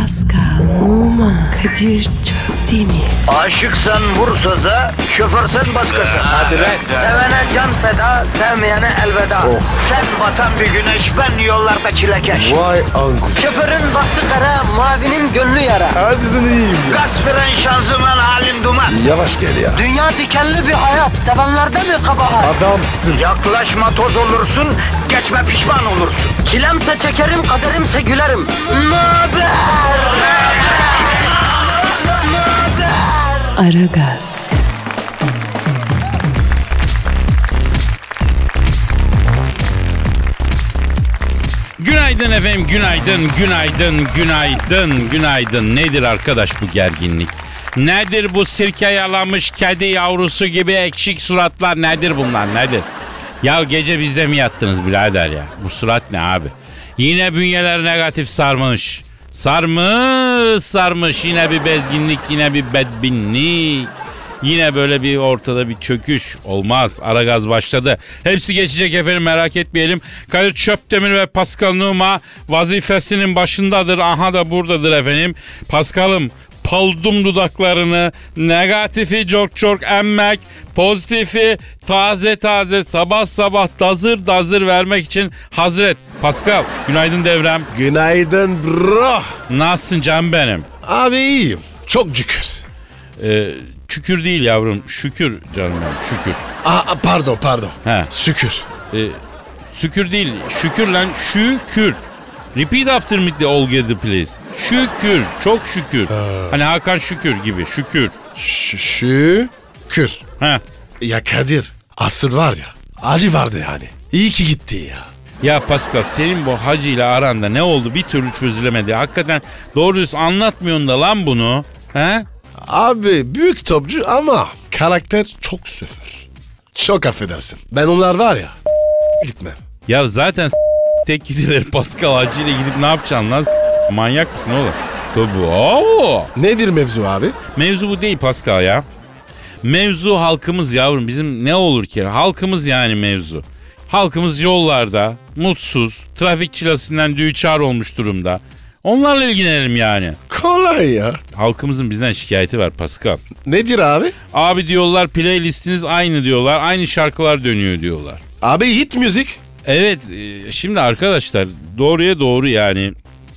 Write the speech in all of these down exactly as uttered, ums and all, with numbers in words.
Pascal, Oman, Kadir çok değil mi? Aşıksan vursa da, şoförsen başkasın. Hadi lan. Sevene can feda, sevmeyene elveda. Sen batan bir güneş, ben yollarda çilekeş. Vay anku. Şoförün baktı kara, mavinin gönlü yara. Hadi sen iyiyim ya. Kasperen şanzıman halin duman. Yavaş gel ya. Dünya dikenli bir hayat, sevenlerde mi kabahar? Adamsın. Yaklaşma toz olursun, geçme pişman olursun. Çilemse çekerim, kaderimse gülerim. Möber! Aragaz. Günaydın efendim, günaydın, günaydın, günaydın, günaydın. Nedir arkadaş bu gerginlik? Nedir bu sirke yalamış kedi yavrusu gibi ekşik suratlar, nedir bunlar, nedir? Ya gece bizde mi yattınız birader ya? Bu surat ne abi? Yine bünyeler negatif sarmış. Sarmış, sarmış. Yine bir bezginlik, yine bir bedbinlik. Yine böyle bir ortada bir çöküş. Olmaz. Aragaz başladı. Hepsi geçecek efendim, merak etmeyelim. Kadir Çöptemir ve Pascal Numa vazifesinin başındadır. Aha da buradadır efendim. Pascal'ım, paldum dudaklarını, negatifi çok çok emmek, pozitifi taze taze sabah sabah dazır dazır vermek için hazır et. Pascal, günaydın devrem. Günaydın bro. Nasılsın canım benim? Abi iyiyim. Çok şükür. Ee, şükür değil yavrum, şükür canım benim, şükür. Aa, pardon pardon. He. Şükür. Ee, şükür değil, şükür lan, şükür. Repeat after me all please. Şükür, çok şükür. Hani Hakan Şükür gibi, şükür. Ş- şükür. Ha. Ya Kadir, asır var ya, acı vardı yani. İyi ki gitti ya. Ya Pascal, senin bu hacı ile aranda ne oldu bir türlü çözülemedi. Hakikaten doğru düz anlatmıyorsun da lan bunu. He? Abi büyük topçu ama karakter çok sıfır. Çok affedersin. Ben onlar var ya, gitmem. Ya zaten tek gidilir Pascal, hacı ile gidip ne yapacaksın lan? Manyak mısın oğlum? Tabii. Oo. Nedir mevzu abi? Mevzu bu değil Pascal ya. Mevzu halkımız yavrum, bizim ne olur ki? Halkımız yani mevzu. Halkımız yollarda, mutsuz, trafik çilesinden düçar olmuş durumda. Onlarla ilgilenelim yani. Kolay ya. Halkımızın bizden şikayeti var Pascal. Nedir abi? Abi diyorlar, playlistiniz aynı diyorlar, aynı şarkılar dönüyor diyorlar. Abi hit müzik. Evet, şimdi arkadaşlar doğruya doğru yani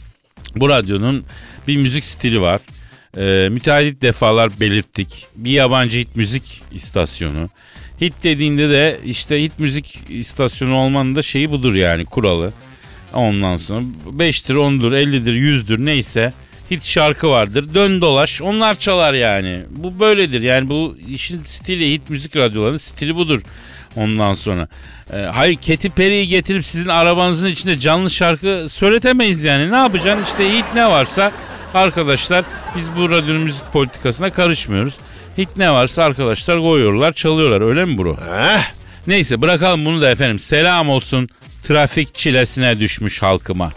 bu radyonun bir müzik stili var. Ee, müteahhit defalar belirttik. Bir yabancı hit müzik istasyonu. Hit dediğinde de işte hit müzik istasyonu olmanın da şeyi budur yani, kuralı. Ondan sonra beştir, ondur, ellidir, yüzdür neyse hit şarkı vardır. Dön dolaş onlar çalar yani. Bu böyledir yani, bu işin stili, hit müzik radyolarının stili budur. Ondan sonra e, hayır, Katy Perry'yi getirip sizin arabanızın içinde canlı şarkı söyletemeyiz yani. Ne yapacaksın? İşte hit ne varsa arkadaşlar, biz bu radyonun müzik politikasına karışmıyoruz. Hit ne varsa arkadaşlar koyuyorlar, çalıyorlar, öyle mi bro? Eh. Neyse bırakalım bunu da efendim. Selam olsun trafik çilesine düşmüş halkıma.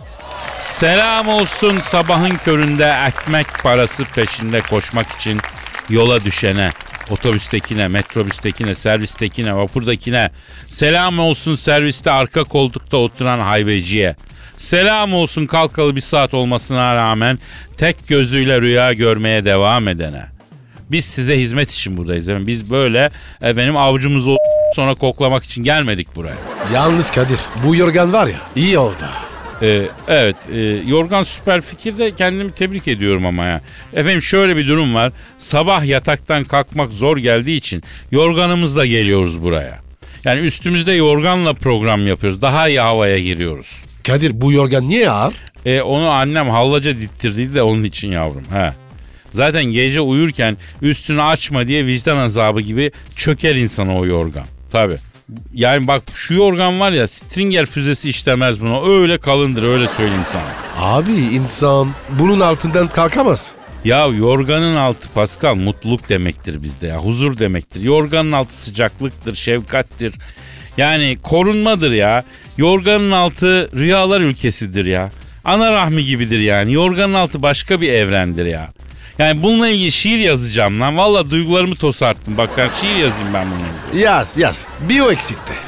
Selam olsun sabahın köründe ekmek parası peşinde koşmak için yola düşene. Otobüstekine, metrobüstekine, servistekine, vapurdakine. Selam olsun serviste arka koltukta oturan haybeciye. Selam olsun kalkalı bir saat olmasına rağmen tek gözüyle rüya görmeye devam edene. Biz size hizmet için buradayız. Yani biz böyle efendim avucumuzu sonra koklamak için gelmedik buraya. Yalnız Kadir, bu yorgan var ya, iyi oldu. Ee, evet, e, yorgan süper fikir de kendimi tebrik ediyorum ama ya. Efendim şöyle bir durum var. Sabah yataktan kalkmak zor geldiği için yorganımızla geliyoruz buraya. Yani üstümüzde yorganla program yapıyoruz. Daha iyi havaya giriyoruz. Kadir, bu yorgan niye ağır? E, onu annem hallaca dittirdiydi de onun için yavrum. He. Zaten gece uyurken üstünü açma diye vicdan azabı gibi çöker insana o yorgan. Tabii. Yani bak şu yorgan var ya, Stringer füzesi işlemez buna. Öyle kalındır, öyle söyleyeyim sana. Abi insan bunun altından kalkamaz. Ya yorganın altı Pascal mutluluk demektir bizde ya. Huzur demektir. Yorganın altı sıcaklıktır, şefkattir. Yani korunmadır ya. Yorganın altı rüyalar ülkesidir ya. Ana rahmi gibidir yani. Yorganın altı başka bir evrendir ya. Yani bununla ilgili şiir yazacağım lan. Valla duygularımı tosarttım. Bak sen, şiir yazayım ben bununla ilgili. Yaz yaz. Bir o eksikti.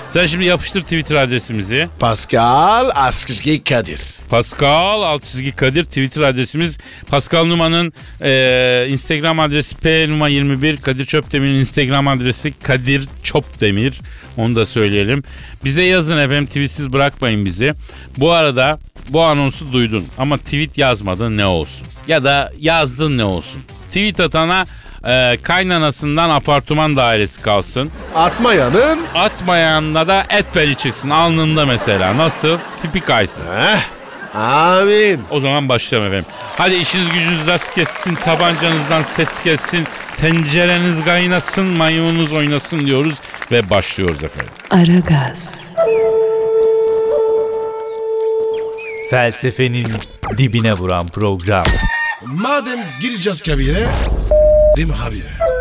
Sen şimdi yapıştır Twitter adresimizi. Pascal Askışki Kadir. Pascal alt çizgi Kadir Twitter adresimiz. Pascal Numa'nın e, Instagram adresi P Numa yirmi bir. Kadir Çöpdemir'in Instagram adresi Kadir Çöpdemir. Onu da söyleyelim. Bize yazın efendim, tweetsiz bırakmayın bizi. Bu arada bu anonsu duydun ama tweet yazmadın ne olsun? Ya da yazdın ne olsun? Tweet atana e, kaynanasından apartman dairesi kalsın. Atmayanın... Atmayanla da et beli çıksın alnında mesela. Nasıl? Tipik aysın. Heh. Amin. O zaman başlayalım efendim. Hadi işiniz gücünüz rast kessin, tabancanızdan ses kessin, tencereniz kaynasın, maymununuz oynasın diyoruz ve başlıyoruz efendim. Aragaz. Felsefenin dibine vuran program. Madem gireceğiz kabire, s***rim habire.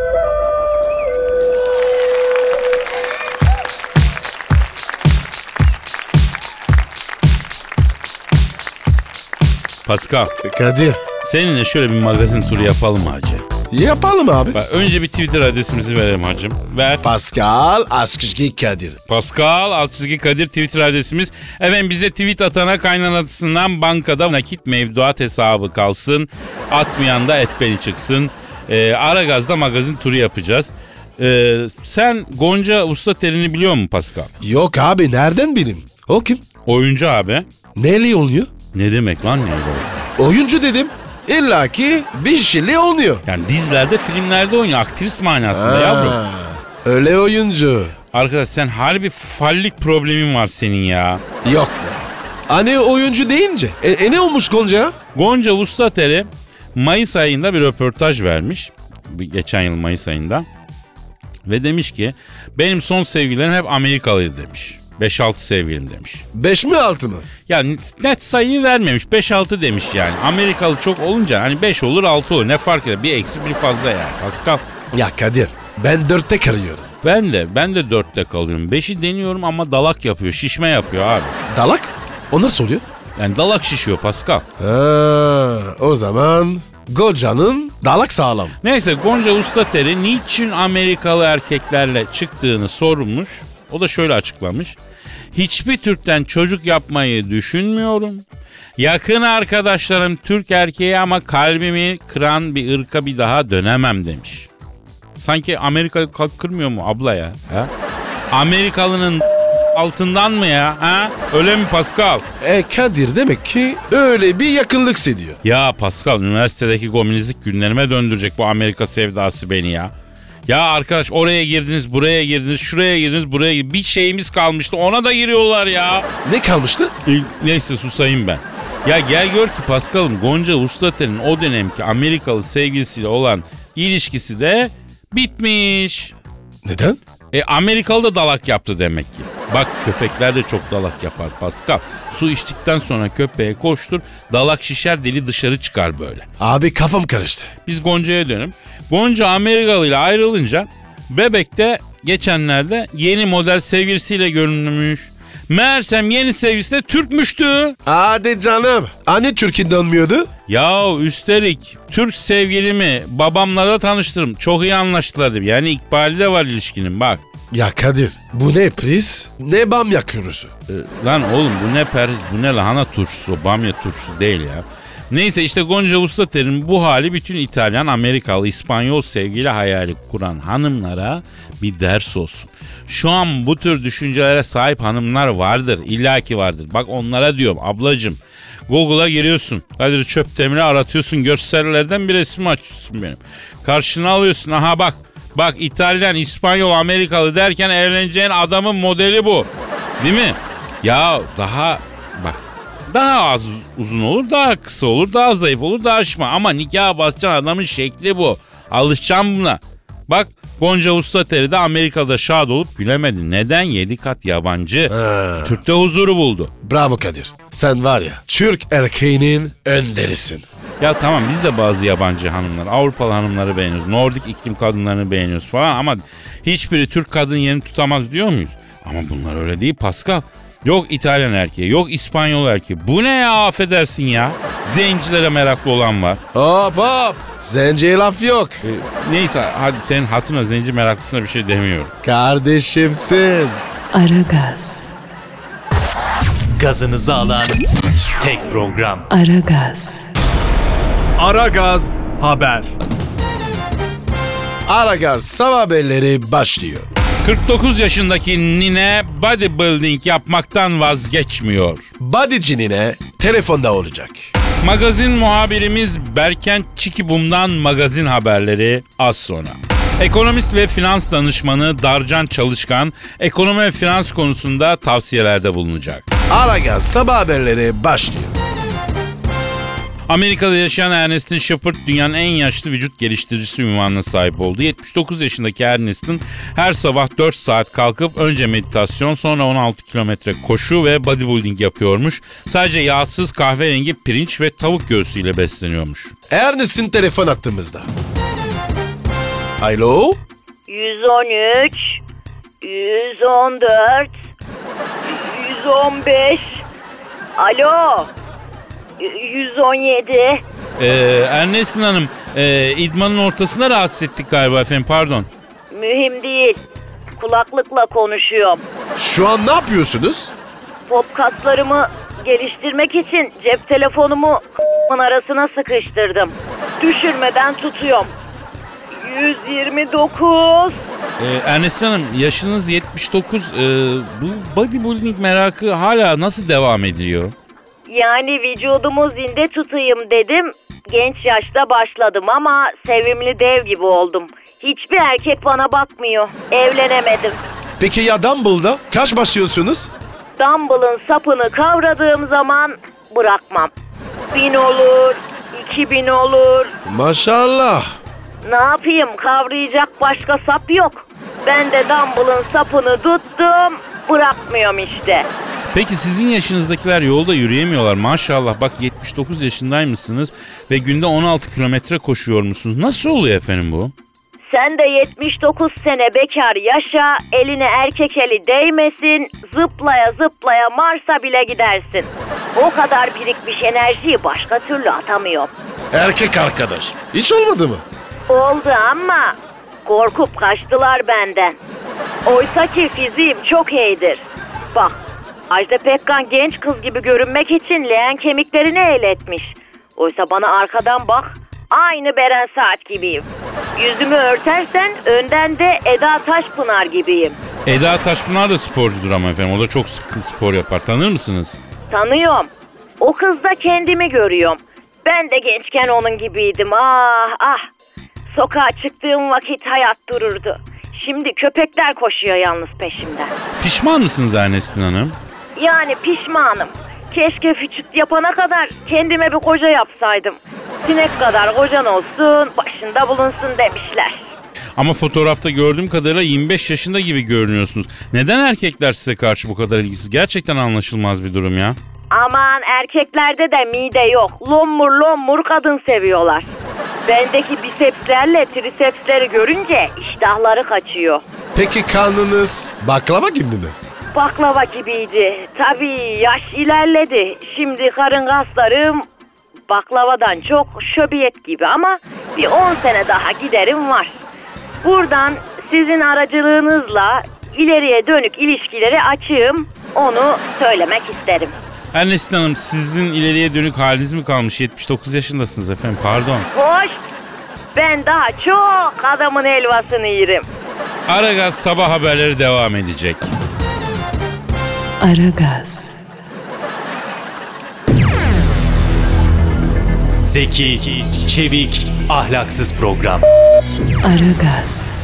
Pascal, Kadir. seninle şöyle bir magazin turu yapalım mı hacı? Yapalım abi. Bak, önce bir Twitter adresimizi verelim hacım. Ver. Pascal Askışki Kadir. Pascal alt çizgi Kadir Twitter adresimiz. Efendim bize tweet atana kaynanasından bankada nakit mevduat hesabı kalsın. Atmayan da et beni çıksın. Ee, Aragaz'da magazin turu yapacağız. Ee, sen Gonca Ustater'ini biliyor musun Pascal? Yok abi, nereden bileyim? O kim? Oyuncu abi. Neyle oluyor? Ne demek lan ne demek? Oyuncu dedim. İlla ki bir şeyle oluyor. Yani dizilerde, filmlerde oynuyor. Aktris manasında yavrum. Öyle oyuncu. Arkadaş sen harbi fallik problemin var senin ya. Yok be. Hani oyuncu deyince. E, e ne olmuş Gonca? Gonca Ustater'e Mayıs ayında bir röportaj vermiş. Geçen yıl Mayıs ayında. Ve demiş ki benim son sevgililerim hep Amerikalıydı demiş. beş altı sevgilim demiş. beş mi altı mı? Yani net sayıyı vermemiş. beş altı demiş yani. Amerikalı çok olunca hani beş olur altı olur. Ne fark eder? Bir eksi bir fazla yani Pascal. Ya Kadir, ben dörtte karıyorum. Ben de ben de dörtte kalıyorum. beşi deniyorum ama dalak yapıyor. Şişme yapıyor abi. Dalak? O nasıl oluyor? Yani dalak şişiyor Pascal. Ha, o zaman Gonca'nın dalak sağlam. Neyse Gonca Ustater'i niçin Amerikalı erkeklerle çıktığını sormuş. O da şöyle açıklamış. Hiçbir Türk'ten çocuk yapmayı düşünmüyorum. Yakın arkadaşlarım Türk erkeği ama kalbimi kıran bir ırka bir daha dönemem demiş. Sanki Amerikalı kalk kırmıyor mu abla ya? Ha? Amerikalının altından mı ya? Ha? Öyle mi Pascal? E Kadir demek ki öyle bir yakınlık hissediyor. Ya Pascal üniversitedeki komünistlik günlerime döndürecek bu Amerika sevdası beni ya. Ya arkadaş oraya girdiniz, buraya girdiniz, şuraya girdiniz, buraya girdiniz. Bir şeyimiz kalmıştı ona da giriyorlar ya. Ne kalmıştı? E, neyse susayım ben. Ya gel gör ki Pascal'ım Gonca Ustater'in o dönemki Amerikalı sevgilisiyle olan ilişkisi de bitmiş. Neden? E Amerikalı da dalak yaptı demek ki. Bak köpekler de çok dalak yapar Pascal. Su içtikten sonra köpeğe koştur, dalak şişer, deli dışarı çıkar böyle. Abi kafam karıştı. Biz Gonca'ya dönelim. Gonca Amerikalı ile ayrılınca bebek de geçenlerde yeni model sevgilisiyle görünmüş. Meğersem yeni sevgilisi de Türkmüştü. Hadi canım. Hani Türkiye dönmüyordu? Ya üstelik Türk sevgilimi babamla da tanıştırdım. Çok iyi anlaştılar dedim. Yani ikbali de var ilişkinin bak. Ya Kadir, bu ne priz ne bamya kurusu. Ee, lan oğlum bu ne periz bu ne lahana turşusu, bamya turşusu değil ya. Neyse işte Gonca Ustater'in bu hali bütün İtalyan, Amerikalı, İspanyol sevgili hayali kuran hanımlara bir ders olsun. Şu an bu tür düşüncelere sahip hanımlar vardır, illaki vardır. Bak onlara diyorum ablacığım. Google'a giriyorsun. Kadir Çöpdemir'i aratıyorsun. Görsellerden bir resmi açıyorsun benim. Karşına alıyorsun. Aha bak. Bak İtalyan, İspanyol, Amerikalı derken evleneceğin adamın modeli bu. Değil mi? Ya daha bak. Daha az uzun olur, daha kısa olur, daha zayıf olur, daha şişman. Ama nikah basacaksın adamın şekli bu. Alışacağım buna. Bak Gonca Ustater'i de Amerika'da şad olup gülemedi. Neden? Yedi kat yabancı. Ha. Türk'te huzuru buldu. Bravo Kadir. Sen var ya Türk erkeğinin önderisin. Ya tamam biz de bazı yabancı hanımlar, Avrupalı hanımları beğeniyoruz. Nordik iklim kadınlarını beğeniyoruz falan ama hiçbiri Türk kadın yerini tutamaz diyor muyuz? Ama bunlar öyle değil Pascal. Yok İtalyan erkeği, yok İspanyol erkeği. Bu ne ya affedersin ya? Zencilere meraklı olan var. Hop hop. Zenciye laf yok. E, neyse hadi senin hatırına zenci meraklısına bir şey demiyorum. Kardeşimsin. Aragaz, Gazınızı alan tek program. Aragaz, Aragaz Haber. Aragaz sabah haberleri başlıyor. kırk dokuz yaşındaki nine bodybuilding yapmaktan vazgeçmiyor. Bodycinine telefonda olacak. Magazin muhabirimiz Berkent Çikibum'dan magazin haberleri az sonra. Ekonomist ve finans danışmanı Darcan Çalışkan ekonomi ve finans konusunda tavsiyelerde bulunacak. Aragaz sabah haberleri başlıyor. Amerika'da yaşayan Ernestine Shepard dünyanın en yaşlı vücut geliştiricisi unvanına sahip oldu. yetmiş dokuz yaşındaki Ernestine her sabah dört saat kalkıp önce meditasyon sonra on altı kilometre koşu ve bodybuilding yapıyormuş. Sadece yağsız kahverengi pirinç ve tavuk göğsüyle besleniyormuş. Ernest'in telefon attığımızda. Alo? yüz on üç, yüz on dört, yüz on beş, alo, yüz on yedi. Ee, Ernestine Hanım, e, idmanın ortasında rahatsız ettik galiba efendim, pardon. Mühim değil, kulaklıkla konuşuyorum. Şu an ne yapıyorsunuz? Pop kaslarımı geliştirmek için cep telefonumu arasına sıkıştırdım. Düşürmeden tutuyorum. yüz yirmi dokuz. Ee, Ernestine Hanım, yaşınız yetmiş dokuz. Ee, bu bodybuilding merakı hala nasıl devam ediyor? Yani vücudumu zinde tutayım dedim. Genç yaşta başladım ama sevimli dev gibi oldum. Hiçbir erkek bana bakmıyor. Evlenemedim. Peki ya Dumble'da kaç basıyorsunuz? Dumbbell'ın sapını kavradığım zaman bırakmam. Bin olur, iki bin olur. Maşallah. Ne yapayım, kavrayacak başka sap yok. Ben de Dumbbell'ın sapını tuttum, bırakmıyorum işte. Peki sizin yaşınızdakiler yolda yürüyemiyorlar maşallah. Bak yetmiş dokuz yaşındaymışsınız ve günde on altı kilometre koşuyor musunuz? Nasıl oluyor efendim bu? Sen de yetmiş dokuz sene bekar yaşa, eline erkek eli değmesin, zıplaya zıplaya Mars'a bile gidersin. O kadar birikmiş enerjiyi başka türlü atamıyorum. Erkek arkadaş. Hiç olmadı mı? Oldu ama korkup kaçtılar benden. Oysa ki fiziğim çok iyidir. Bak, Ajda Pekkan genç kız gibi görünmek için leğen kemiklerini eğletmiş. Oysa bana arkadan bak, aynı Beren Saat gibiyim. Yüzümü örtersen önden de Eda Taşpınar gibiyim. Eda Taşpınar da sporcudur ama efendim. O da çok sıkı spor yapar. Tanır mısınız? Tanıyorum. O kızda kendimi görüyorum. Ben de gençken onun gibiydim. Ah ah. Sokağa çıktığım vakit hayat dururdu. Şimdi köpekler koşuyor yalnız peşimden. Pişman mısınız Ernestine Hanım? Yani pişmanım. Keşke vücut yapana kadar kendime bir koca yapsaydım. Sinek kadar kocan olsun, başında bulunsun demişler. Ama fotoğrafta gördüğüm kadarıyla yirmi beş yaşında gibi görünüyorsunuz. Neden erkekler size karşı bu kadar ilgisiz? Gerçekten anlaşılmaz bir durum ya. Aman, erkeklerde de mide yok. Lommur lommur kadın seviyorlar. Bendeki bisepslerle trisepsleri görünce iştahları kaçıyor. Peki karnınız baklava gibi mi? Baklava gibiydi. Tabii yaş ilerledi. Şimdi karın kaslarım baklavadan çok şöbiyet gibi ama bir on sene daha giderim var. Buradan sizin aracılığınızla ileriye dönük ilişkileri açığım, onu söylemek isterim. Ernestine Hanım, sizin ileriye dönük haliniz mi kalmış? yetmiş dokuz yaşındasınız efendim, pardon. Hoş, ben daha çok adamın helvasını yerim. Aragaz sabah haberleri devam edecek. Aragaz, Zeki, çevik, ahlaksız program. Aragaz,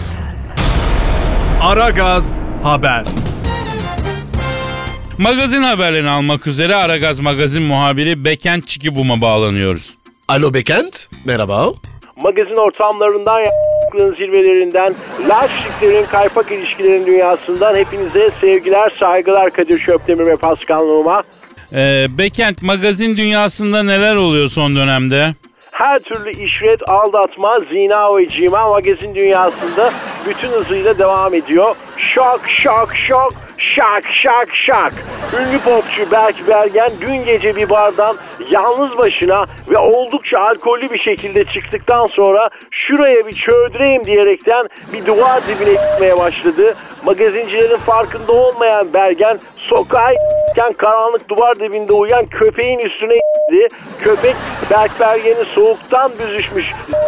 Aragaz Haber. Magazin haberlerini almak üzere Aragaz magazin muhabiri Berkent Çikibum'a bağlanıyoruz. Alo Bekent. Merhaba. Magazin ortamlarından, y***lığın zirvelerinden, lastiklerin kaypak ilişkilerin dünyasından hepinize sevgiler, saygılar Kadir Şöpdemir ve Pascal Numa. Ee, Berkent, magazin dünyasında neler oluyor son dönemde? Her türlü işret, aldatma, zina ve cima magazin dünyasında bütün hızıyla devam ediyor. Şok, şok, şok, şak şak şak. Ünlü popçu Berk Bergen dün gece bir bardan yalnız başına ve oldukça alkollü bir şekilde çıktıktan sonra şuraya bir çöldüreyim diyerekten bir duvar dibine gitmeye başladı. Magazincilerin farkında olmayan Bergen sokağa iken karanlık duvar dibinde uyuyan köpeğin üstüne indi. Köpek Berk Bergen'i soğuktan büzüşmüş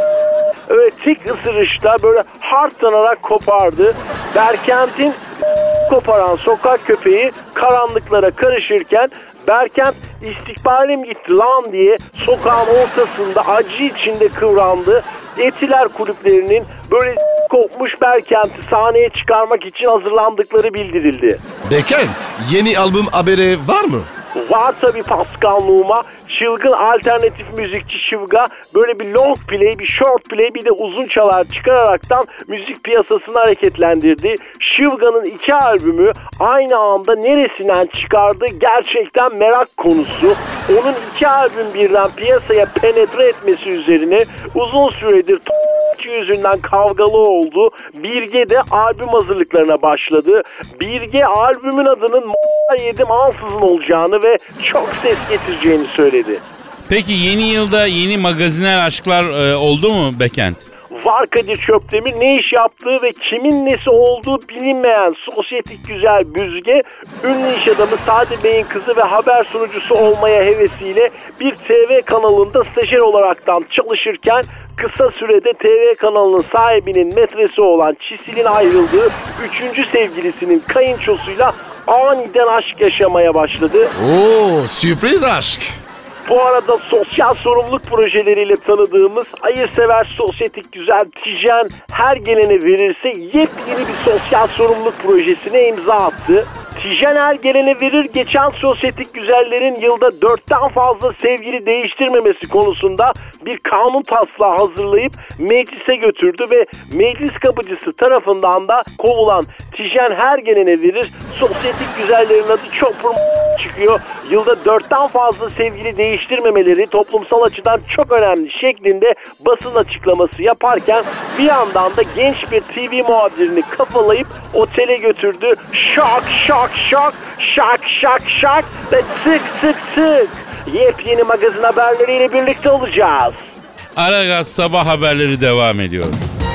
ve tek ısırışta böyle hartlanarak kopardı. Berkent'in koparan sokak köpeği karanlıklara karışırken Berkent istikbalim gitti lan diye sokağın ortasında acı içinde kıvrandı. Etiler kulüplerinin böyle kopmuş Berkent'i sahneye çıkarmak için hazırlandıkları bildirildi. Bekent, yeni albüm haberi var mı? Var tabii Pascal Numa. Çılgın alternatif müzikçi Şıvga böyle bir long play, bir short play, bir de uzun çalar çıkararaktan müzik piyasasını hareketlendirdi. Şıvga'nın iki albümü aynı anda neresinden çıkardı gerçekten merak konusu. Onun iki albüm birden piyasaya penetre etmesi üzerine uzun süredir yüzünden kavgalı oldu. Birge de albüm hazırlıklarına başladı. Birge albümün adının yedim ansızın olacağını ve çok ses getireceğini söyledi. Peki yeni yılda yeni magazinel aşklar e, oldu mu Bekent? Var Kadir Çöptemir, ne iş yaptığı ve kimin nesi olduğu bilinmeyen sosyetik güzel Büzge, ünlü iş adamı Sadi Bey'in kızı ve haber sunucusu olmaya hevesiyle bir T V kanalında stajyer olaraktan çalışırken kısa sürede T V kanalının sahibinin metresi olan Çisil'in ayrıldığı üçüncü sevgilisinin kayınçosuyla aniden aşk yaşamaya başladı. Oo, sürpriz aşk. Bu arada sosyal sorumluluk projeleriyle tanıdığımız hayırsever sosyetik güzel Tijen her gelene verirse yepyeni bir sosyal sorumluluk projesine imza attı. Tijen her gelene verir geçen sosyetik güzellerin yılda dörtten fazla sevgili değiştirmemesi konusunda bir kanun taslağı hazırlayıp meclise götürdü ve meclis kapıcısı tarafından da kovulan Tijen her gelene verir sosyetik güzellerin adı çok çıkıyor. Yılda dörtten fazla sevgili değiştirmemeleri toplumsal açıdan çok önemli şeklinde basın açıklaması yaparken bir yandan da genç bir T V muhabirini kafalayıp otele götürdü. Şak şak şak şak şak şak ve tık tık tık. Yepyeni magazin haberleriyle birlikte olacağız. Aragaz sabah haberleri devam ediyor.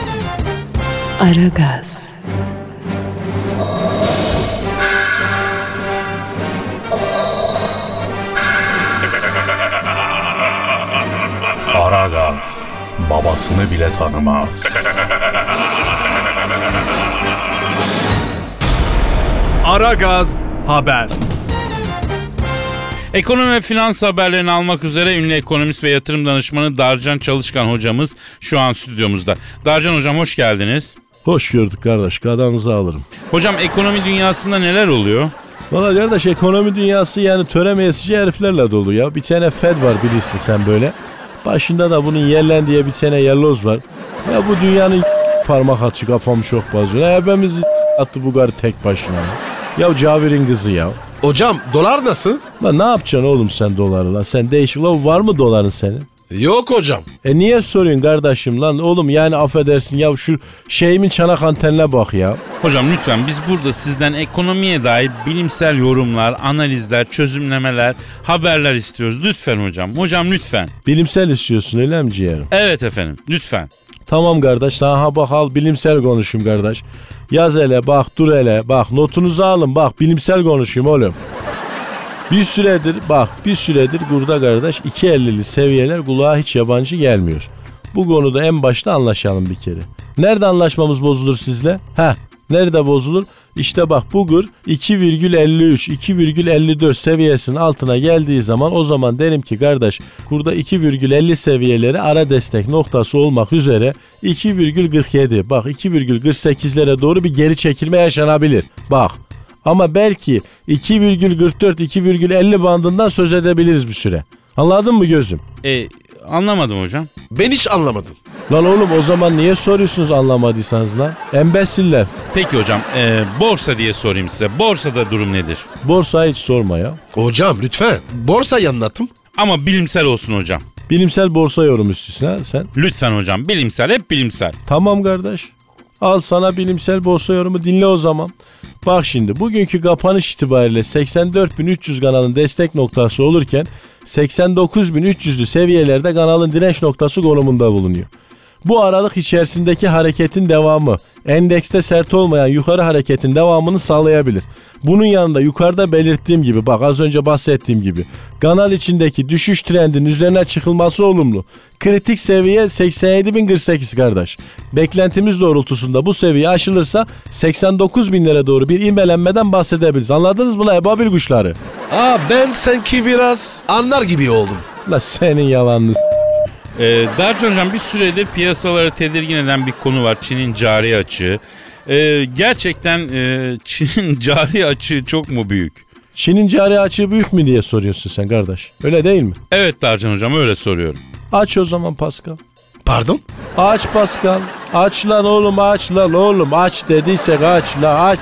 Aragaz. Aragaz babasını bile tanımaz. Aragaz haber. Ekonomi ve finans haberlerini almak üzere ünlü ekonomist ve yatırım danışmanı Darcan Çalışkan hocamız şu an stüdyomuzda. Darcan hocam hoş geldiniz. Hoş gördük kardeş. Kadağınızı alırım. Hocam ekonomi dünyasında neler oluyor? Valla kardeş ekonomi dünyası yani töremeyesici heriflerle dolu ya. Bir tane Fed var bilirsin sen böyle. Başında da bunun yerlen diye bir tane yelloz var. Ya bu dünyanın parmak açı kafamı çok bazıyor. Ya hepimiz attı bu garı tek başına ya. Ya Cavir'in kızı ya. Hocam dolar nasıl? Lan ne yapacaksın oğlum sen doları lan? Sen değişik lan var mı doların senin? Yok hocam. E niye soruyorsun kardeşim lan oğlum yani affedersin ya şu şeyimin çanak antenine bak ya. Hocam lütfen biz burada sizden ekonomiye dair bilimsel yorumlar, analizler, çözümlemeler, haberler istiyoruz. Lütfen hocam. Hocam lütfen. Bilimsel istiyorsun öyle mi ciğerim? Evet efendim lütfen. Tamam kardeş sana ha bak al bilimsel konuşayım kardeş. Yaz hele bak dur hele bak notunuzu alın bak bilimsel konuşayım oğlum. Bir süredir bak bir süredir burada kardeş iki ellili seviyeler kulağa hiç yabancı gelmiyor. Bu konuda en başta anlaşalım bir kere. Nerede anlaşmamız bozulur sizle? Heh nerede bozulur? İşte bak bu kur iki virgül elli üç iki virgül elli dört seviyesinin altına geldiği zaman o zaman derim ki kardeş kurda iki virgül elli seviyeleri ara destek noktası olmak üzere iki virgül kırk yedi bak iki virgül kırk sekizlere doğru bir geri çekilme yaşanabilir. Bak ama belki iki virgül kırk dört iki virgül elli bandından söz edebiliriz bir süre. Anladın mı gözüm? E, anlamadım hocam. Ben hiç anlamadım. Lan oğlum o zaman niye soruyorsunuz anlamadıysanız lan? Embesiller. Peki hocam e, borsa diye sorayım size. Borsada durum nedir? Borsa hiç sorma ya. Hocam lütfen borsayı anlatın. Ama bilimsel olsun hocam. Bilimsel borsa yorumcusun ha sen. Lütfen hocam bilimsel hep bilimsel. Tamam kardeş. Al sana bilimsel borsa yorumu, dinle o zaman. Bak şimdi bugünkü kapanış itibariyle seksen dört bin üç yüz kanalın destek noktası olurken seksen dokuz bin üç yüzlü seviyelerde kanalın direnç noktası konumunda bulunuyor. Bu aralık içerisindeki hareketin devamı endekste sert olmayan yukarı hareketin devamını sağlayabilir. Bunun yanında yukarıda belirttiğim gibi, bak az önce bahsettiğim gibi, kanal içindeki düşüş trendinin üzerine çıkılması olumlu. Kritik seviye seksen yedi bin kırk sekiz kardeş. Beklentimiz doğrultusunda bu seviye aşılırsa seksen dokuz binlere doğru bir ivmelenmeden bahsedebiliriz. Anladınız mı la ebabil kuşları? Aa ben sanki biraz anlar gibi oldum. La senin yalanını s- Ee, Darç hocam, bir süredir piyasaları tedirgin eden bir konu var. Çin'in cari açığı. Ee, gerçekten e, Çin'in cari açığı çok mu büyük? Çin'in cari açığı büyük mü diye soruyorsun sen kardeş. Öyle değil mi? Evet Darcan hocam, öyle soruyorum. Aç o zaman Pascal. Pardon? Aç Pascal. Aç lan oğlum, aç lan oğlum. Aç dediysek aç la aç.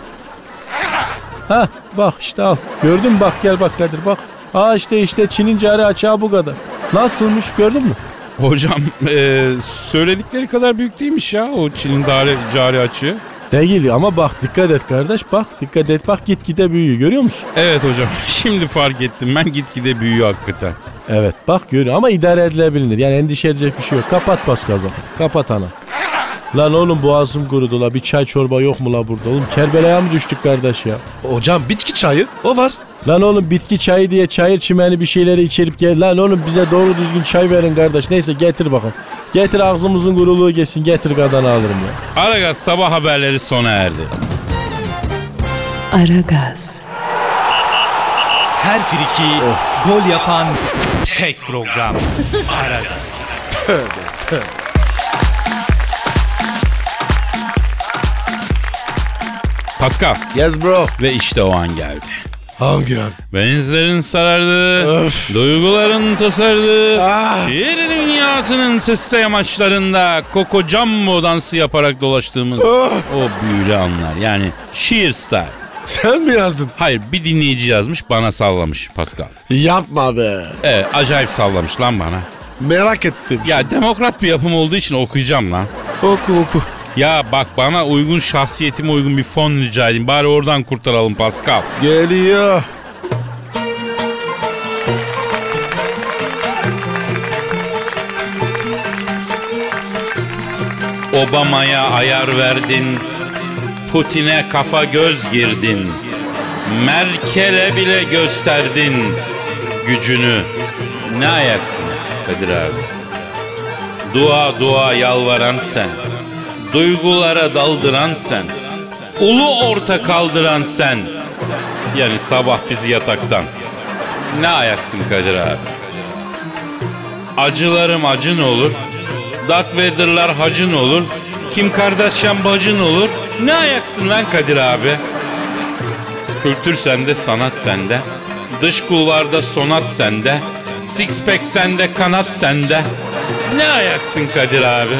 Hah bak işte al. Gördün mü, bak gel bak Kadir bak. Aa işte işte Çin'in cari açığı bu kadar. Nasılmış gördün mü? Hocam e, söyledikleri kadar büyük değilmiş ya o Çin'in cari, cari açığı. Değil ama bak dikkat et kardeş, bak dikkat et, bak gitgide büyüyor, görüyor musun? Evet hocam, şimdi fark ettim, ben gitgide büyüyor hakikaten. Evet bak görüyor ama idare edilebilir, yani endişe edecek bir şey yok. Kapat Pascal bak, kapat ana. Lan oğlum boğazım kurudu la, bir çay çorba yok mu la burada? Oğlum Kerbela'ya mı düştük kardeş ya? Hocam bitki çayı o var. Lan oğlum bitki çayı diye çayır çimeni bir şeyleri içerip gel. Lan oğlum bize doğru düzgün çay verin kardeş. Neyse getir bakalım. Getir ağzımızın kuruluğu geçsin. Getir kadını alırım ya. Aragaz sabah haberleri sona erdi. Aragaz, Her friki gol yapan tek program. Aragaz. Pascal, Yes bro. ve işte o an geldi. Hangi an? Benizlerin sarardı, Öf. duyguların tosardı, Ah. şiir dünyasının sesse yamaçlarında Coco Jumbo dansı yaparak dolaştığımız Ah. o büyülü anlar. Yani şiir style. Sen mi yazdın? Hayır, bir dinleyici yazmış, bana sallamış Pascal. Yapma be. Evet, acayip sallamış lan bana. Merak ettim. Ya demokrat bir yapım olduğu için okuyacağım lan. Oku oku. Ya bak, bana uygun, şahsiyetime uygun bir fon rica edeyim. Bari oradan kurtaralım Pascal. Geliyor. Obama'ya ayar verdin, Putin'e kafa göz girdin, Merkel'e bile gösterdin gücünü. Ne ayaksın Kadir abi? Dua dua yalvaran sen, duygulara daldıran sen, ulu orta kaldıran sen. Yani sabah bizi yataktan. Ne ayaksın Kadir abi? Acılarım acın olur, Darth Vader'lar hacın olur, Kim Kardashian bacın olur. Ne ayaksın lan Kadir abi? Kültür sende, sanat sende, dış kulvarda sonat sende, six pack sende, kanat sende. Ne ayaksın Kadir abi?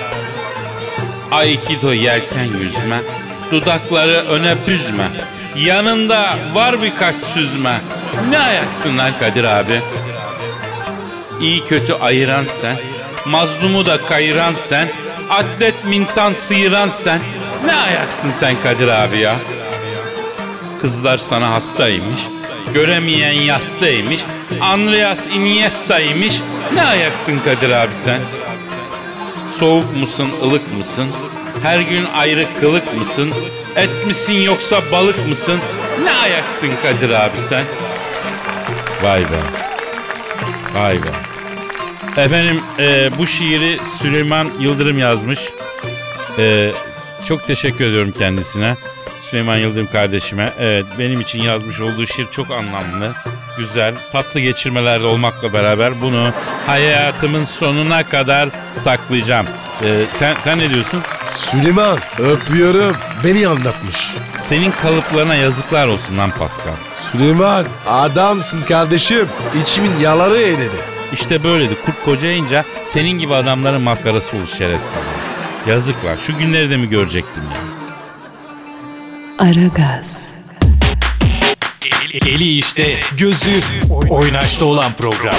Aikido yelken yüzme, dudakları öne büzme, yanında var birkaç süzme. Ne ayaksın lan Kadir abi? İyi kötü ayıran sen, mazlumu da kayıran sen, atlet mintan sıyıran sen. Ne ayaksın sen Kadir abi ya? Kızlar sana hastaymış, göremeyen yastaymış, Andreas Iniesta'ymış. Ne ayaksın Kadir abi sen? Soğuk musun, ılık mısın? Her gün ayrı kılık mısın? Et misin yoksa balık mısın? Ne ayaksın Kadir abi sen? Vay be. Vay be. Efendim e, bu şiiri Süleyman Yıldırım yazmış. E, çok teşekkür ediyorum kendisine. Süleyman Yıldırım kardeşime. Evet, benim için yazmış olduğu şiir çok anlamlı, güzel, tatlı geçirmelerde olmakla beraber bunu hayatımın sonuna kadar saklayacağım. E, sen, sen ne diyorsun? Süleyman öpüyorum. Beni anlatmış. Senin kalıplarına yazıklar olsun lan Pascal. Süleyman adamsın kardeşim. İçimin yaları eyledi. İşte böyledi. Kurt kocayınca senin gibi adamların maskarası olur şerefsiz. Yazık lan. Şu günleri de mi görecektim ya? Aragaz, Eli işte, gözü oynaşta olan program.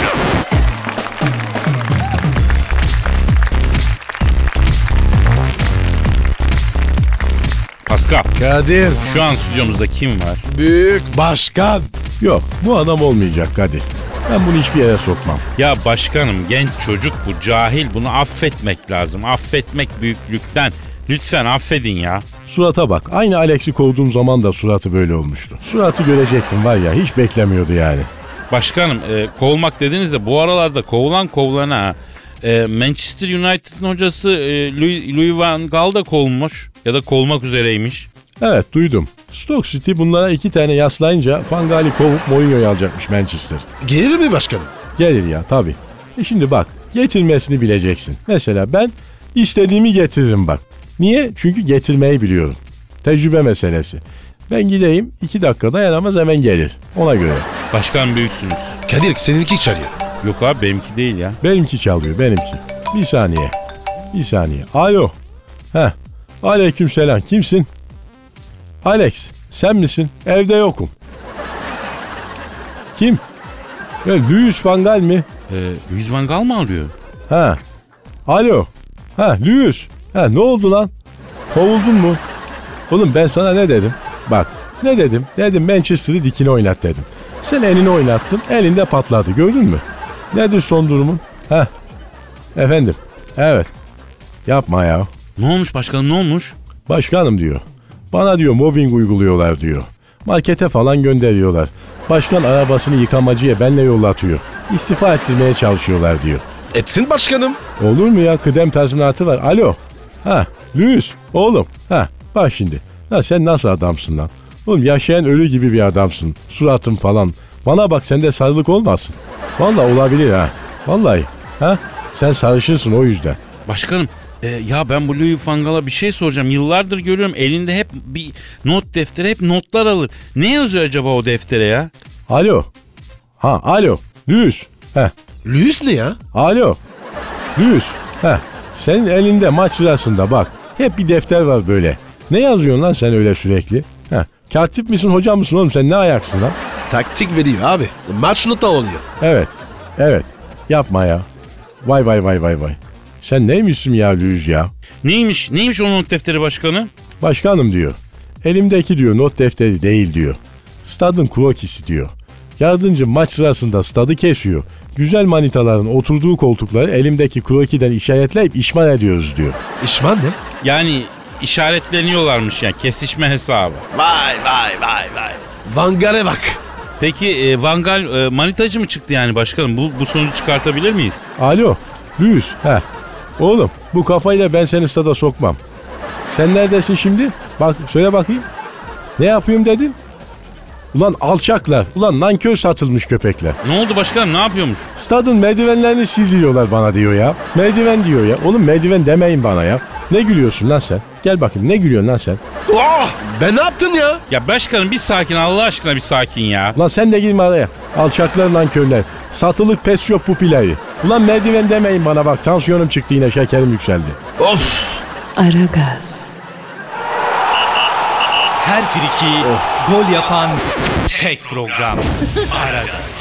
Pascal, Kadir. şu an stüdyomuzda kim var? Büyük başkan. Yok bu adam olmayacak Kadir. Ben bunu hiçbir yere sokmam. Ya başkanım, genç çocuk bu, cahil, bunu affetmek lazım. Affetmek büyüklükten. Lütfen affedin ya. Surata bak. Aynı Alex'i kovduğum zaman da suratı böyle olmuştu. Suratı görecektim var ya, hiç beklemiyordu yani. Başkanım, e, kovmak dediniz de bu aralarda kovulan kovulana ha. E, Manchester United'ın hocası e, Louis, Louis van Gaal da kovulmuş ya da kovulmak üzereymiş. Evet duydum. Stoke City bunlara iki tane yaslayınca Van Gaal'i kovup Mourinho'yu alacakmış Manchester. Gelir mi başkanım? Gelir ya tabii. E şimdi bak, getirmesini bileceksin. Mesela ben istediğimi getiririm bak. Niye? Çünkü getirmeyi biliyorum. Tecrübe meselesi. Ben gideyim, iki dakika dayanamaz hemen gelir. Ona göre. Başkan büyüksünüz. Kadir seninki çalıyor. Yok abi, benimki değil ya. Benimki çalıyor, benimki. Bir saniye. Bir saniye. Alo. Heh. Aleyküm selam. Kimsin? Alex. Sen misin? Evde yokum. Kim? Ya, Louis van Gaal mi? E, Louis van Gaal mı alıyor? Ha. Alo. Ha Louis. Ha ne oldu lan? Kovuldun mu? Oğlum ben sana ne dedim? Bak ne dedim? Dedim Manchester'ı dikine oynat dedim. Sen elini oynattın, elinde patladı, gördün mü? Nedir son durumun? Ha. Efendim. Evet. Yapma ya. Ne olmuş başkanım, ne olmuş? Başkanım diyor. Bana diyor mobbing uyguluyorlar diyor. Markete falan gönderiyorlar. Başkan arabasını yıkamacıya benle yollatıyor. İstifa ettirmeye çalışıyorlar diyor. Etsin başkanım. Olur mu ya? Kıdem tazminatı var. Alo. Ha Louis oğlum. Ha bak şimdi. Ha sen nasıl adamsın lan? Oğlum yaşayan ölü gibi bir adamsın. Suratın falan. Bana bak, sende sarılık olmasın. Vallahi olabilir ha. Vallahi. Ha sen sarışınsın o yüzden. Başkanım, e, ya ben bu Louis van Gaal'a bir şey soracağım. Yıllardır görüyorum elinde hep bir not defteri, hep notlar alır. Ne yazıyor acaba o deftere ya? Alo. Ha alo. Louis. Heh. Louis ne ya? Alo. Louis. Heh. Senin elinde maç sırasında bak. Hep bir defter var böyle. Ne yazıyorsun lan sen öyle sürekli? Heh. Katip misin, hoca mısın oğlum, sen ne ayaksın lan? Taktik veriyor abi. Maç nota oluyor. Evet. Evet. Yapma ya. Vay vay vay vay vay. Sen neymişsin ya Louis ya? Neymiş? Neymiş o not defteri başkanım? Başkanım diyor. Elimdeki diyor not defteri değil diyor. Stadın krokisi diyor. Yardımcı maç sırasında stadı kesiyor. Güzel manitaların oturduğu koltukları elimdeki krokiden işaretleyip işmal ediyoruz diyor. İşman ne? Yani işaretleniyorlarmış yani, kesişme hesabı. Vay vay vay vay. Van Gaal'e bak. Peki e, Van Gaal e, manitacı mı çıktı yani başkanım? Bu, bu sonucu çıkartabilir miyiz? Alo Louis. Heh. Oğlum bu kafayla ben seni stada sokmam. Sen neredesin şimdi? Bak söyle bakayım. Ne yapıyorum dedin? Ulan alçaklar. Ulan nankör satılmış köpekler. Ne oldu başkanım, ne yapıyormuş? Stadın merdivenlerini sildiriyorlar bana diyor ya. Merdiven diyor ya. Oğlum merdiven demeyin bana ya. Ne gülüyorsun lan sen? Gel bakayım, ne gülüyorsun lan sen? Oh, ben ne yaptın ya? Ya başkanım bir sakin, Allah aşkına bir sakin ya. Lan sen de girme araya. Alçaklar nankörler. Satılık pes yok pupileri. Ulan merdiven demeyin bana bak. Tansiyonum çıktı yine, şekerim yükseldi. Of. Aragaz, Her friki gol yapan tek program. Aragaz.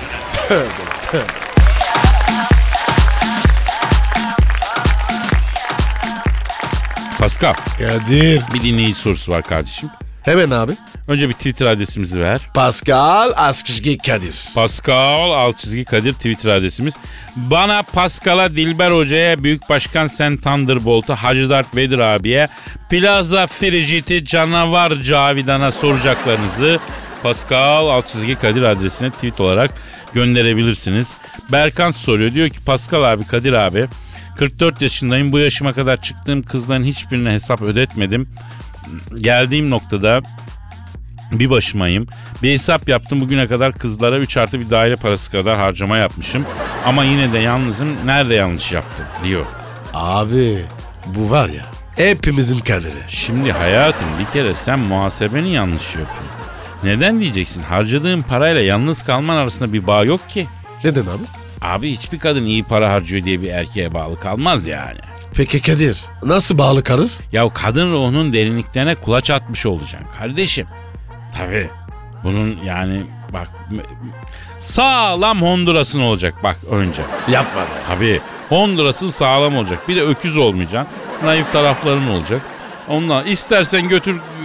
Pascal, Kadir. bir dinleyici sorusu var kardeşim. Hemen abi. Önce bir Twitter adresimizi ver. Pascal Askışgi Kadir. Pascal alt çizgi Kadir Twitter adresimiz. Bana, Pascal'a, Dilber Hoca'ya, Büyük Başkan Sen Thunderbolt'a, Hacı Dert Vedir abiye, Plaza Frigid'i, Canavar Cavidan'a soracaklarınızı Pascal alt çizgi Kadir adresine tweet olarak gönderebilirsiniz. Berkant soruyor, diyor ki Pascal abi, Kadir abi, kırk dört yaşındayım, bu yaşıma kadar çıktığım kızların hiçbirine hesap ödetmedim. Geldiğim noktada bir başımayım. Bir hesap yaptım, bugüne kadar kızlara üç artı bir daire parası kadar harcama yapmışım. Ama yine de yalnızım, nerede yanlış yaptım diyor. Abi bu var ya hepimizin kaderi. Şimdi hayatım, bir kere sen muhasebeni yanlış yapıyorsun. Neden diyeceksin? Harcadığın parayla yalnız kalman arasında bir bağ yok ki. Neden abi? Abi hiçbir kadın iyi para harcıyor diye bir erkeğe bağlı kalmaz yani. Peki Kadir nasıl bağlı kalır? Ya kadın ruhunun derinliklerine kulaç atmış olacaksın kardeşim. Tabii bunun yani bak sağlam Honduras'ın olacak bak önce. Yapma be. Tabii Honduras'ın sağlam olacak. Bir de öküz olmayacaksın. Naif tarafların olacak. Ondan istersen götür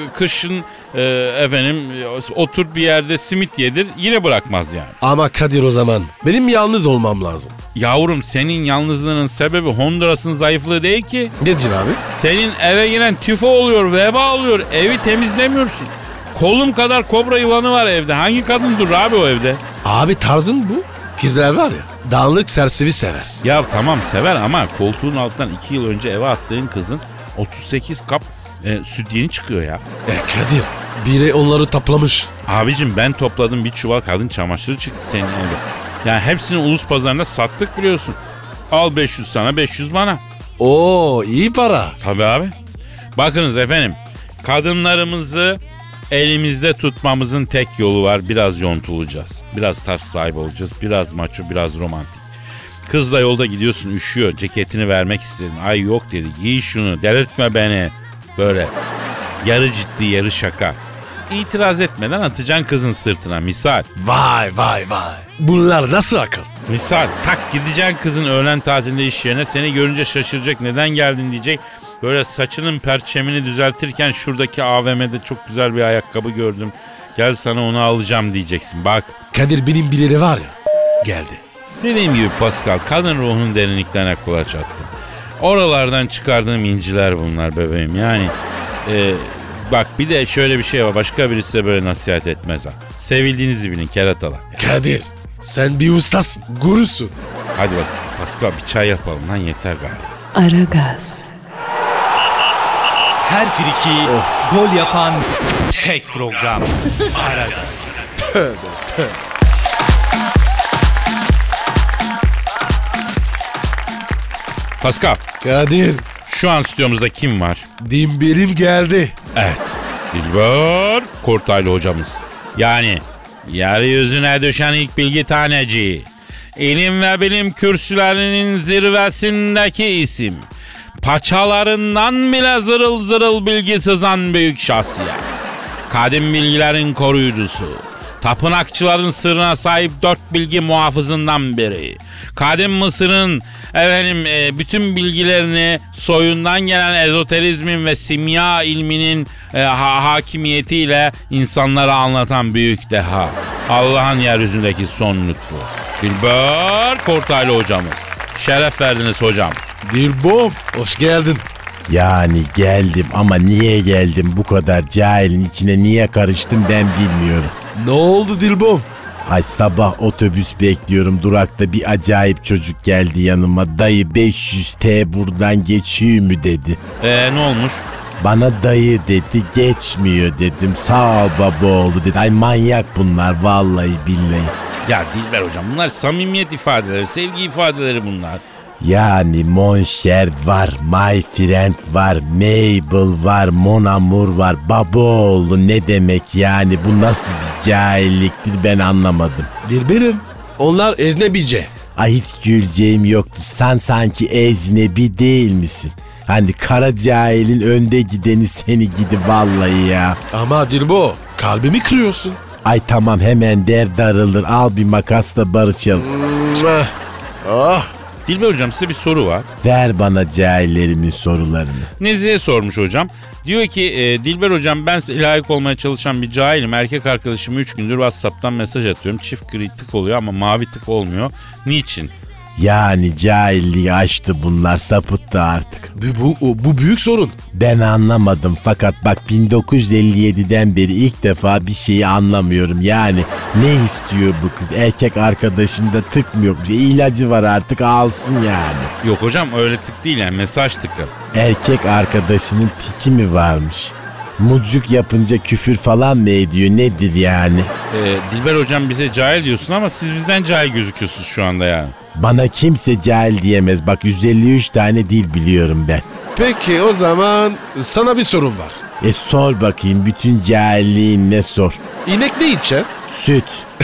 kışın e, efendim e, otur bir yerde simit yedir yine bırakmaz yani. Ama Kadir o zaman benim yalnız olmam lazım. Yavrum senin yalnızlığının sebebi Honduras'ın zayıflığı değil ki. Nedir abi? Senin eve giren tüfe oluyor, veba oluyor. Evi temizlemiyorsun. Kolum kadar kobra yılanı var evde. Hangi kadın durur abi o evde? Abi tarzın bu. Kızlar var ya dağınık serseri sever. Ya tamam sever ama koltuğun altından iki yıl önce eve attığın kızın otuz sekiz kap e, süt yeni çıkıyor ya. E Kadir biri onları toplamış. Abicim ben topladım bir çuval kadın çamaşırı çıktı senin evde. Yani hepsini ulus pazarında sattık biliyorsun. Al beş yüz sana beş yüz bana. Oo iyi para. Tabii abi. Bakınız efendim kadınlarımızı elimizde tutmamızın tek yolu var. Biraz yontulacağız. Biraz taş sahibi olacağız. Biraz maço, biraz romantik. Kızla yolda gidiyorsun üşüyor. Ceketini vermek istedin. Ay yok dedi. Giy şunu. Delirtme beni. Böyle. Yarı ciddi yarı şaka. İtiraz etmeden atacaksın kızın sırtına. Misal. Vay vay vay. Bunlar nasıl akıl? Misal. Tak gideceksin kızın öğlen tatilinde iş yerine. Seni görünce şaşıracak. Neden geldin diyecek. Böyle saçının perçemini düzeltirken şuradaki A V M'de çok güzel bir ayakkabı gördüm. Gel sana onu alacağım diyeceksin. Bak. Kadir benim birileri var ya. Geldi. Dediğim gibi Pascal kadın ruhunun derinliklerine kulaç attım. Oralardan çıkardığım inciler bunlar bebeğim. Yani e, bak bir de şöyle bir şey var. Başka birisi de böyle nasihat etmez ha. Sevildiğinizi bilin keratalar. Kadir sen bir ustasın. Gurusun. Hadi bak Pascal bir çay yapalım lan yeter galiba. Aragaz. Her friki gol yapan tek program. Aragaz. Tövbe tövbe. Pascal Kadir. şu an stüdyomuzda kim var? Dimberim geldi. Evet. Dilber Kortaylı hocamız. Yani yeryüzüne düşen ilk bilgi taneci. İlim ve bilim kürsülerinin zirvesindeki isim. Paçalarından bile zırıl zırıl bilgi sızan büyük şahsiyet. Kadim bilgilerin koruyucusu. Tapınakçıların sırrına sahip dört bilgi muhafızından biri. Kadim Mısır'ın efendim e, bütün bilgilerini soyundan gelen ezoterizmin ve simya ilminin e, ha- hakimiyetiyle insanlara anlatan büyük deha. Allah'ın yeryüzündeki son lütfu. Dilber Kortaylı hocamız. Şeref verdiniz hocam. Dilbom hoş geldin. Yani geldim ama niye geldim bu kadar cahilin içine niye karıştım ben bilmiyorum. Ne oldu Dilbom? Ay sabah otobüs bekliyorum durakta bir acayip çocuk geldi yanıma. Dayı beş yüz T buradan geçiyor mu dedi. Eee ne olmuş? Bana dayı dedi geçmiyor dedim. Sağ ol babaoğlu dedi. Ay manyak bunlar vallahi billahi. Ya Dilber hocam bunlar samimiyet ifadeleri, sevgi ifadeleri bunlar. Yani mon cher var, my friend var, Mabel var, mon amour var. Babaoğlu ne demek yani bu nasıl bir cahilliktir ben anlamadım. Dilberim onlar eznebice. Ay hiç güleceğim yoktu. Sen sanki ecnebi değil misin? Hani kara cahilin önde gideni seni gidi vallahi ya. Ama Dilbo kalbimi kırıyorsun. Ay tamam hemen der darılır. Al bir makasla barışalım. Mwah. Ah. Dilber hocam size bir soru var. Ver bana cahillerimin sorularını. Nezihe sormuş hocam. Diyor ki e, Dilber hocam ben size layık olmaya çalışan bir cahilim. Erkek arkadaşıma üç gündür WhatsApp'tan mesaj atıyorum. Çift gri tık oluyor ama mavi tık olmuyor. Niçin? Yani cahilliği aştı bunlar sapıttı artık. Bu, bu, bu büyük sorun. Ben anlamadım fakat bak bin dokuz yüz elli yediden beri ilk defa bir şeyi anlamıyorum. Yani ne istiyor bu kız? Erkek arkadaşında tık mı yok? İlacı var artık alsın yani. Yok hocam öyle tık değil yani mesaj tıkı. Erkek arkadaşının tiki mi varmış? Mucuk yapınca küfür falan mı ediyor nedir yani? Ee, Dilber hocam bize cahil diyorsun ama siz bizden cahil gözüküyorsunuz şu anda yani. Bana kimse cahil diyemez. Bak yüz elli üç tane dil biliyorum ben. Peki o zaman sana bir sorun var. E sor bakayım bütün cahilliğin ne sor? İnek ne içer? Süt.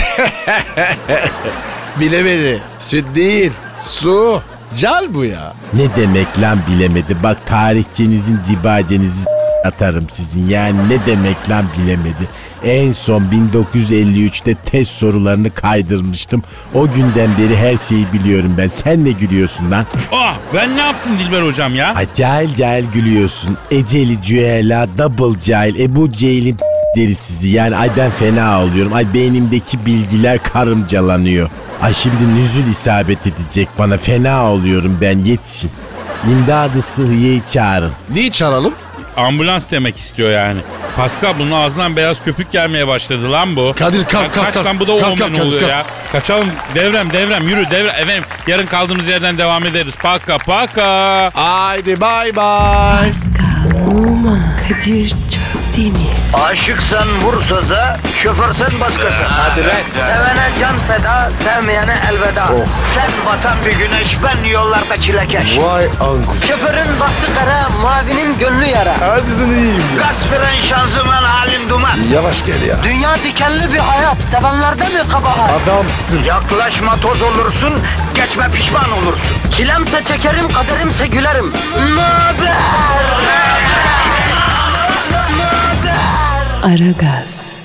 Bilemedi. Süt değil. Su. Cal bu ya. Ne demek lan bilemedi. Bak tarihçenizin dibacenizi atarım sizin. Yani ne demek lan bilemedi. En son bin dokuz yüz elli üçte test sorularını kaydırmıştım. O günden beri her şeyi biliyorum ben. Sen ne gülüyorsun lan? Ah ben ne yaptım Dilber hocam ya? Ay cahil cahil gülüyorsun. Eceli cüela double cahil. Ebu Cehil'in deri sizi. Yani ay ben fena oluyorum. Ay beynimdeki bilgiler karımcalanıyor. Ay şimdi nüzul isabet edecek bana. Fena oluyorum ben, yetişin. İmdadı sıhhiyeyi çağırın. Niye çağıralım? Ambulans demek istiyor yani. Pascal bunun ağzından beyaz köpük gelmeye başladı lan bu. Kadir kalk Ya kalk kaç kalk. lan bu da Kalk, omen kalk, oluyor kalk, ya. Kaçalım devrem devrem yürü devrem. Efendim yarın kaldığımız yerden devam ederiz. Paka paka. Haydi bay bay. Pascal, Oman, Kadir çok değil mi? Aşıksan vursa da, şoförsen başkasın. Hadi lan. Sevene can feda, sevmeyene elveda. Sen batan bir güneş, ben yollarda çilekeş. Vay anku. Şoförün baktı kara, mavinin gönlü yara. Hadi sen iyiyim ya. Kasperen şanzıman halin duman. Yavaş gel ya. Dünya dikenli bir hayat, sevenlerde mi kabahar? Adamsın. Yaklaşma toz olursun, geçme pişman olursun. Çilemse çekerim, kaderimse gülerim. Möber! Aragaz.